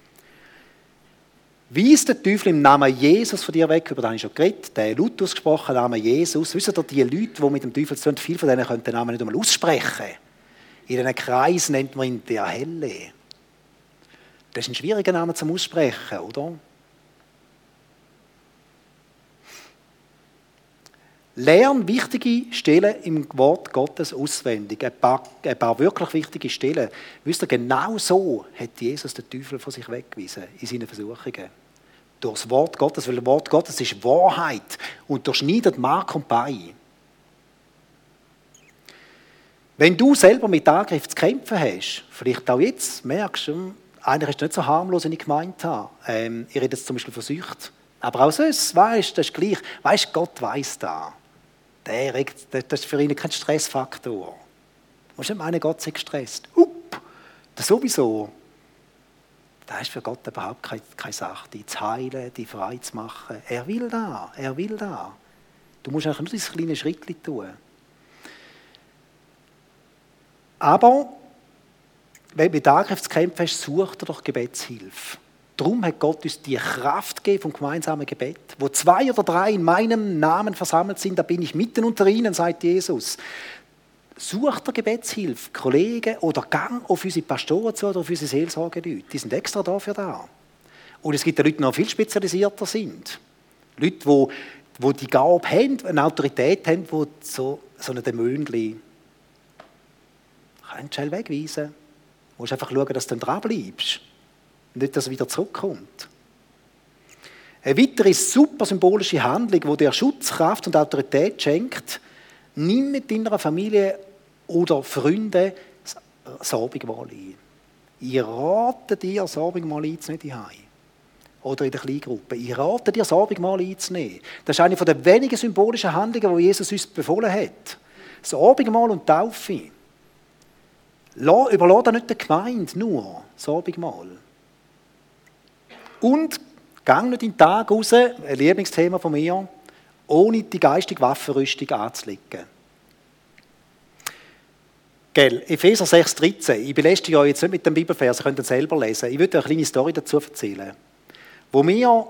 Weis den Teufel im Namen Jesus von dir weg, über den habe ich schon geredet, den laut ausgesprochenen Namen Jesus. Wisst ihr, die Leute, die mit dem Teufel zu tun, viele von denen können den Namen nicht einmal aussprechen. In diesen Kreisen nennt man ihn der Helle. Das ist ein schwieriger Name zum Aussprechen, oder? Lern wichtige Stellen im Wort Gottes auswendig. Ein paar wirklich wichtige Stellen. Wisst ihr, genau so hat Jesus den Teufel von sich weggewiesen in seinen Versuchungen. Durch das Wort Gottes, weil das Wort Gottes ist Wahrheit und durchschneidet Mark und Bein. Wenn du selber mit Angriff zu kämpfen hast, vielleicht auch jetzt, merkst du, eigentlich ist es nicht so harmlos, wie ich gemeint habe. Ich rede jetzt zum Beispiel von Sucht. Aber auch sonst, weißt, das ist gleich. Weißt, Gott weiss da. Das ist für ihn kein Stressfaktor. Du musst nicht meinen, Gott sei gestresst. Das sowieso. Das ist für Gott überhaupt keine Sache, dich zu heilen, dich frei zu machen. Er will da. Du musst einfach nur dieses kleine Schrittchen tun. Aber, wenn du mit Angriff zu kämpfen hast, such dir doch Gebetshilfe. Darum hat Gott uns die Kraft gegeben vom gemeinsamen Gebet. Wo 2 oder 3 in meinem Namen versammelt sind, da bin ich mitten unter ihnen, sagt Jesus. Such dir Gebetshilfe, Kollegen, oder gang auf unsere Pastoren zu oder auf unsere Seelsorgeleute. Die sind extra dafür da. Und es gibt Leute, die noch viel spezialisierter sind. Leute, die die Gabe haben, eine Autorität haben, die so eine Dämonchen schnell wegweisen. Du musst einfach schauen, dass du dann dran bleibst. Nicht, dass er wieder zurückkommt. Eine weitere super symbolische Handlung, die dir Schutz, Kraft und Autorität schenkt, nimm mit deiner Familie oder Freunden das Abendmahl ein. Ich rate dir, das Abendmahl einzunehmen zu Hause. Oder in der Kleingruppe. Ich rate dir, das Abendmahl einzunehmen. Das ist eine der wenigen symbolischen Handlungen, die Jesus uns befohlen hat. Das Abendmahl und die Taufe. Überlass das nicht der Gemeinde, nur das Abendmahl. Und gang nicht in den Tag raus, ein Lieblingsthema von mir, ohne die geistige Waffenrüstung anzulegen. Epheser 6,13. Ich belästige euch jetzt nicht mit dem Bibelvers, ihr könnt ihn selber lesen. Ich würde euch eine kleine Story dazu erzählen. Wo wir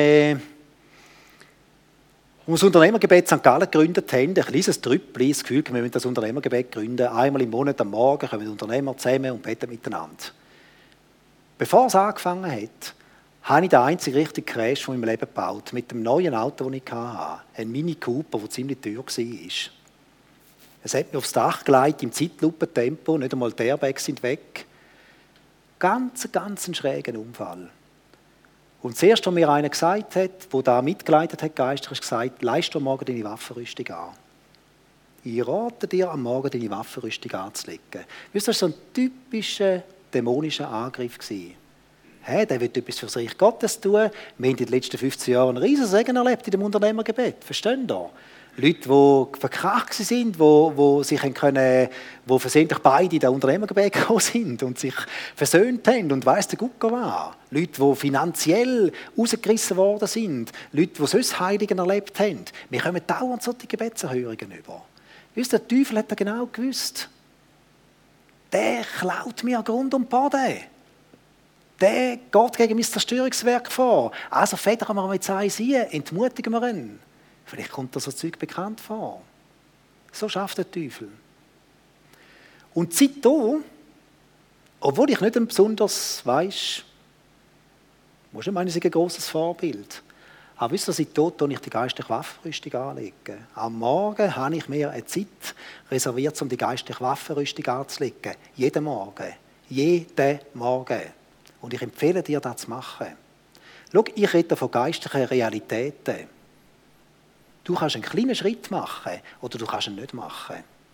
das Unternehmergebet St. Gallen gegründet haben, ein kleines Trüppchen, das Gefühl, wir müssen das Unternehmergebet gründen. Einmal im Monat am Morgen kommen die Unternehmer zusammen und beten miteinander. Bevor es angefangen hat, habe ich den einzigen richtigen Crash von meinem Leben gebaut. Mit dem neuen Auto, das ich hatte. Ein Mini Cooper, der ziemlich teuer war. Es hat mich aufs Dach gelegt, im Zeitlupentempo, nicht einmal die Airbags sind weg. Ganz einen schrägen Unfall. Und das erste, was mir einer gesagt hat, der da mitgeleitet hat, geistlich, ist gesagt, leist du am Morgen deine Waffenrüstung an. Ich rate dir, am Morgen deine Waffenrüstung anzulegen. Wisst ihr, das war so ein typischer dämonischer Angriff. Der will etwas für das Reich Gottes tun. Wir haben in den letzten 15 Jahren einen riesen Segen erlebt in dem Unternehmergebet. Versteht ihr? Leute, die verkracht sind, die versehentlich beide in das Unternehmergebet gekommen sind und sich versöhnt haben und weiss der Gucker war. Leute, die finanziell rausgerissen worden sind. Leute, die sonst Heiligen erlebt haben. Wir kommen dauernd solche Gebetserhörungen über. Wisst ihr, der Teufel hat das genau gewusst. der klaut mir Grund und Boden. Der geht gegen mein Zerstörungswerk vor. Also federn wir mit zwei Sien, entmutigen wir ihn. Vielleicht kommt dir so Zeug bekannt vor. So schafft der Teufel. Und seitdem, obwohl ich nicht ein besonders weiss, muss ich meine, sie ist ein grosses Vorbild. Aber wisst ihr, seitdem tue ich die geistliche Waffenrüstung anlegen. Am Morgen habe ich mir eine Zeit reserviert, um die geistliche Waffenrüstung anzulegen. Jeden Morgen. Jeden Morgen. Und ich empfehle dir, das zu machen. Schau, ich rede von geistlichen Realitäten. Du kannst einen kleinen Schritt machen oder du kannst ihn nicht machen.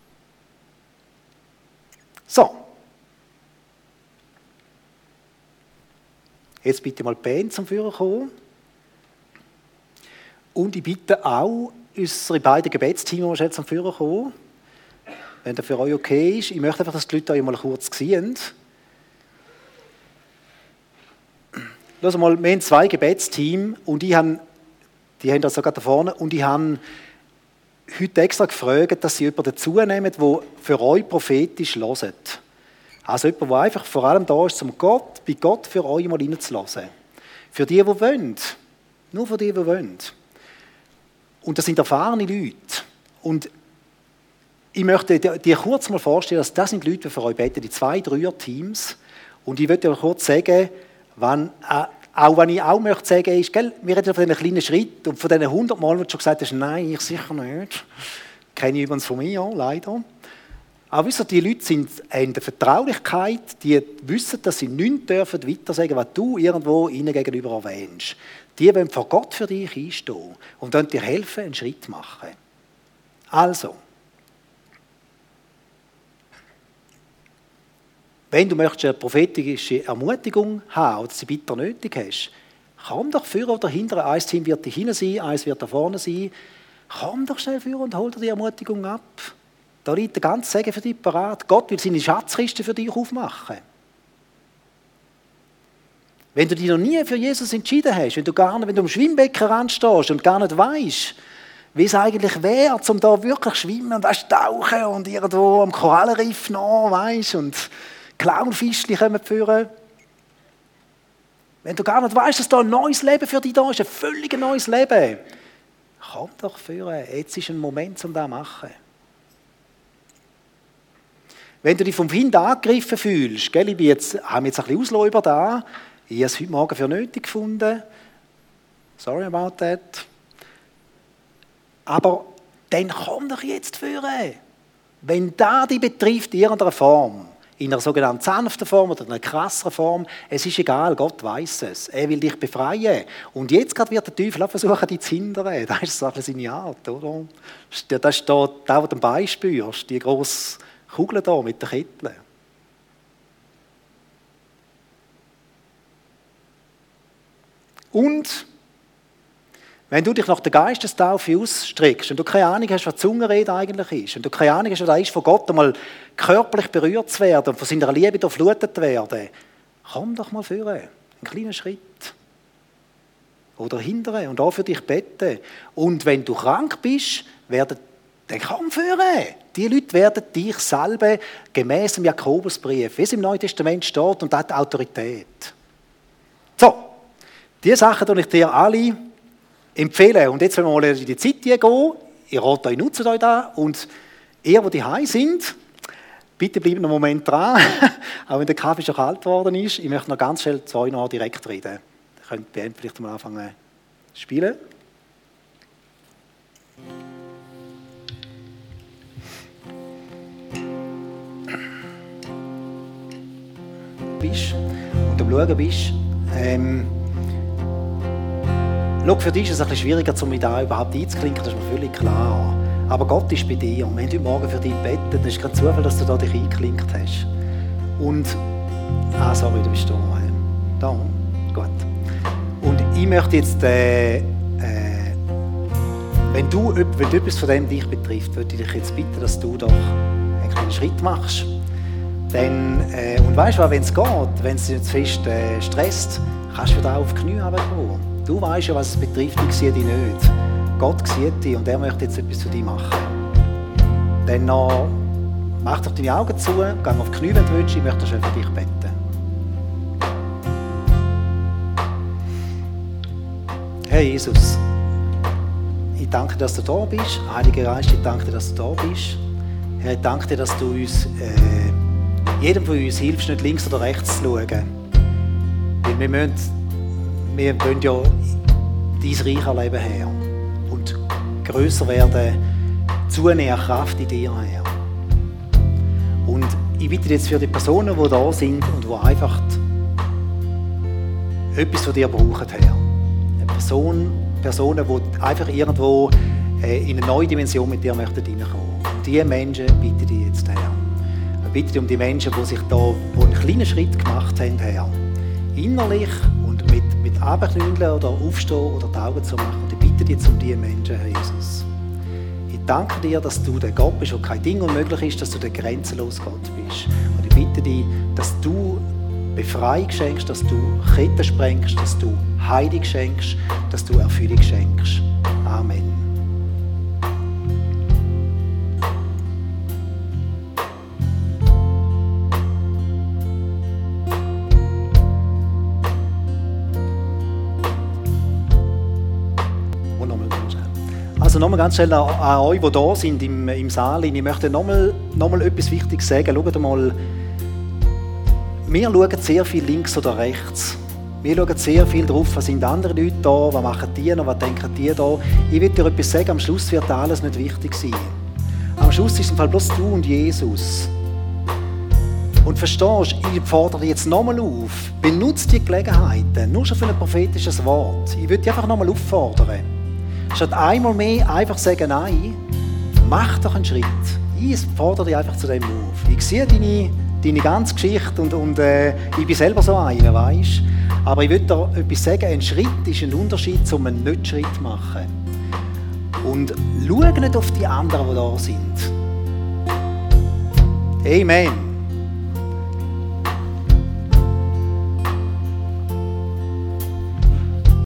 So. Jetzt bitte mal die Band zum Führer kommen. Und ich bitte auch unsere beiden Gebetsteams schnell zum Führer kommen. Wenn das für euch okay ist. Ich möchte einfach, dass die Leute euch mal kurz sehen. Schau mal, wir haben 2 Gebetsteams und die haben das sogar da vorne. Und ich habe heute extra gefragt, dass sie jemanden dazu nehmen, der für euch prophetisch hört. Also jemand, der einfach vor allem da ist, bei Gott für euch mal reinzulassen. Für die wollen. Nur für die wollen. Und das sind erfahrene Leute. Und ich möchte dir kurz mal vorstellen, dass das sind Leute, die für euch beten, die 2 Dreier-Teams. Und ich möchte dir kurz sagen, auch wenn ich auch möchte sagen, ist, gell, wir reden von diesen kleinen Schritten und von diesen 100 Mal, wo du schon gesagt hast, nein, ich sicher nicht. Kenne ich übrigens von mir, leider. Aber wisst ihr, die Leute sind in der Vertraulichkeit, die wissen, dass sie nichts dürfen weiter sagen, was du irgendwo ihnen gegenüber erwähnst. Die wollen vor Gott für dich einstehen und dann dir helfen, einen Schritt zu machen. Also, wenn du möchtest eine prophetische Ermutigung haben oder sie bitter nötig hast, komm doch vor oder hinter. Ein Team wird hinten sein, eins wird da vorne sein. Komm doch schnell vor und hol dir die Ermutigung ab. Da liegt der ganze Segen für dich parat. Gott will seine Schatzkiste für dich aufmachen. Wenn du dich noch nie für Jesus entschieden hast, wenn du am Schwimmbeckenrand stehst und gar nicht weißt, wie es eigentlich wäre, um da wirklich schwimmen und tauchen und irgendwo am Korallenriff noch, weißt, und Clownfischchen kommen führen. Wenn du gar nicht weißt, dass da ein neues Leben für dich da ist, ein völlig neues Leben, komm doch führen. Jetzt ist ein Moment, um das zu machen. Wenn du dich vom Wind angegriffen fühlst, gell, habe mich jetzt ein bisschen ausgelassen über das. Ich habe es heute Morgen für nötig gefunden. Sorry about that. Aber dann komm doch jetzt führen. Wenn das dich betrifft in irgendeiner Form, in einer sogenannten sanften Form oder in einer krasseren Form, es ist egal, Gott weiss es. Er will dich befreien. Und jetzt gerade wird der Teufel auch versuchen, dich zu hindern. Das ist so seine Art, oder? Das ist da, wo du am Bein spürst, die grosse Kugel da mit den Kitteln. Und wenn du dich nach der Geistestaufe ausstreckst und du keine Ahnung hast, was Zungenrede eigentlich ist, und du keine Ahnung hast, was das ist, von Gott einmal körperlich berührt zu werden und von seiner Liebe durchflutet zu werden, komm doch mal führen, einen kleinen Schritt. Oder hindern und auch für dich beten. Und wenn du krank bist, dann komm führen. Die Leute werden dich salben, gemäss dem Jakobusbrief, wie es im Neuen Testament steht, und das hat Autorität. So, diese Sachen tue ich dir alle empfehlen. Und jetzt, wenn wir mal in die Zeit gehen, ihr rate euch, nutzt euch da. Und ihr, die daheim sind, bitte bleibt einen Moment dran, auch wenn der Kaffee schon kalt geworden ist. Ich möchte noch ganz schnell zu euch noch direkt reden. Ihr könnt die Band vielleicht mal anfangen zu spielen. Und am Schauen bist, schau, für dich ist es ein bisschen schwieriger, um mich da überhaupt einzuklinken, das ist mir völlig klar. Aber Gott ist bei dir und wir haben heute Morgen für dich gebetet, dann ist es kein Zufall, dass du da dich eingeklinkt hast. Und, sorry, du bist da. Da, gut. Und ich möchte jetzt, wenn etwas von dem dich betrifft, würde ich dich jetzt bitten, dass du doch einen kleinen Schritt machst. Dann, und weißt du, wenn es geht, wenn es dich nicht zu fest stresst, kannst du wieder auf die Knie runterkommen. Du weißt ja, was es betrifft, ich sehe dich nicht. Gott sieht dich und er möchte jetzt etwas für dich machen. Dann noch Mach doch deine Augen zu, geh auf die Knie, wenn du willst. Ich möchte schon für dich beten. Herr Jesus, ich danke dir, dass du da bist. Heiliger Geist, ich danke dir, dass du da bist. Herr, ich danke dir, dass du uns, jedem von uns hilfst, nicht links oder rechts zu schauen. Weil wir wollen ja dein Reich erleben, Herr. Und grösser werden, zunehmen Kraft in dir, Herr. Und ich bitte jetzt für die Personen, die da sind und die einfach etwas von dir brauchen, Herr. Personen, die einfach irgendwo in eine neue Dimension mit dir möchten reinkommen. Und diese Menschen bitte ich jetzt, Herr. Ich bitte dich um die Menschen, die sich da einen kleinen Schritt gemacht haben, Herr. Innerlich und mit Abknündeln oder Aufstehen oder die Augen zu machen. Und ich bitte dich jetzt um diese Menschen, Herr Jesus. Ich danke dir, dass du der Gott bist, wo kein Ding unmöglich ist, dass du der grenzenlose Gott bist. Und ich bitte dich, dass du Befreiung schenkst, dass du Ketten sprengst, dass du Heilung schenkst, dass du Erfüllung schenkst. Amen. Also nochmal ganz schnell an euch, die da sind im Saal. Ich möchte nochmal etwas Wichtiges sagen. Schaut mal, wir schauen sehr viel links oder rechts. Wir schauen sehr viel drauf, was sind andere Leute da, was machen die noch, was denken die da. Ich will dir etwas sagen, am Schluss wird alles nicht wichtig sein. Am Schluss ist im Fall bloß du und Jesus. Und verstehst, ich fordere dich jetzt nochmal auf, benutze die Gelegenheiten, nur schon für ein prophetisches Wort. Ich will dich einfach nochmal auffordern. Statt einmal mehr einfach sagen, nein, mach doch einen Schritt. Ich fordere dich einfach zu dem auf. Ich sehe deine ganze Geschichte und ich bin selber so einer, weisst. Aber ich will dir etwas sagen, ein Schritt ist ein Unterschied, um einen Nicht-Schritt zu machen. Und schau nicht auf die anderen, die da sind. Amen.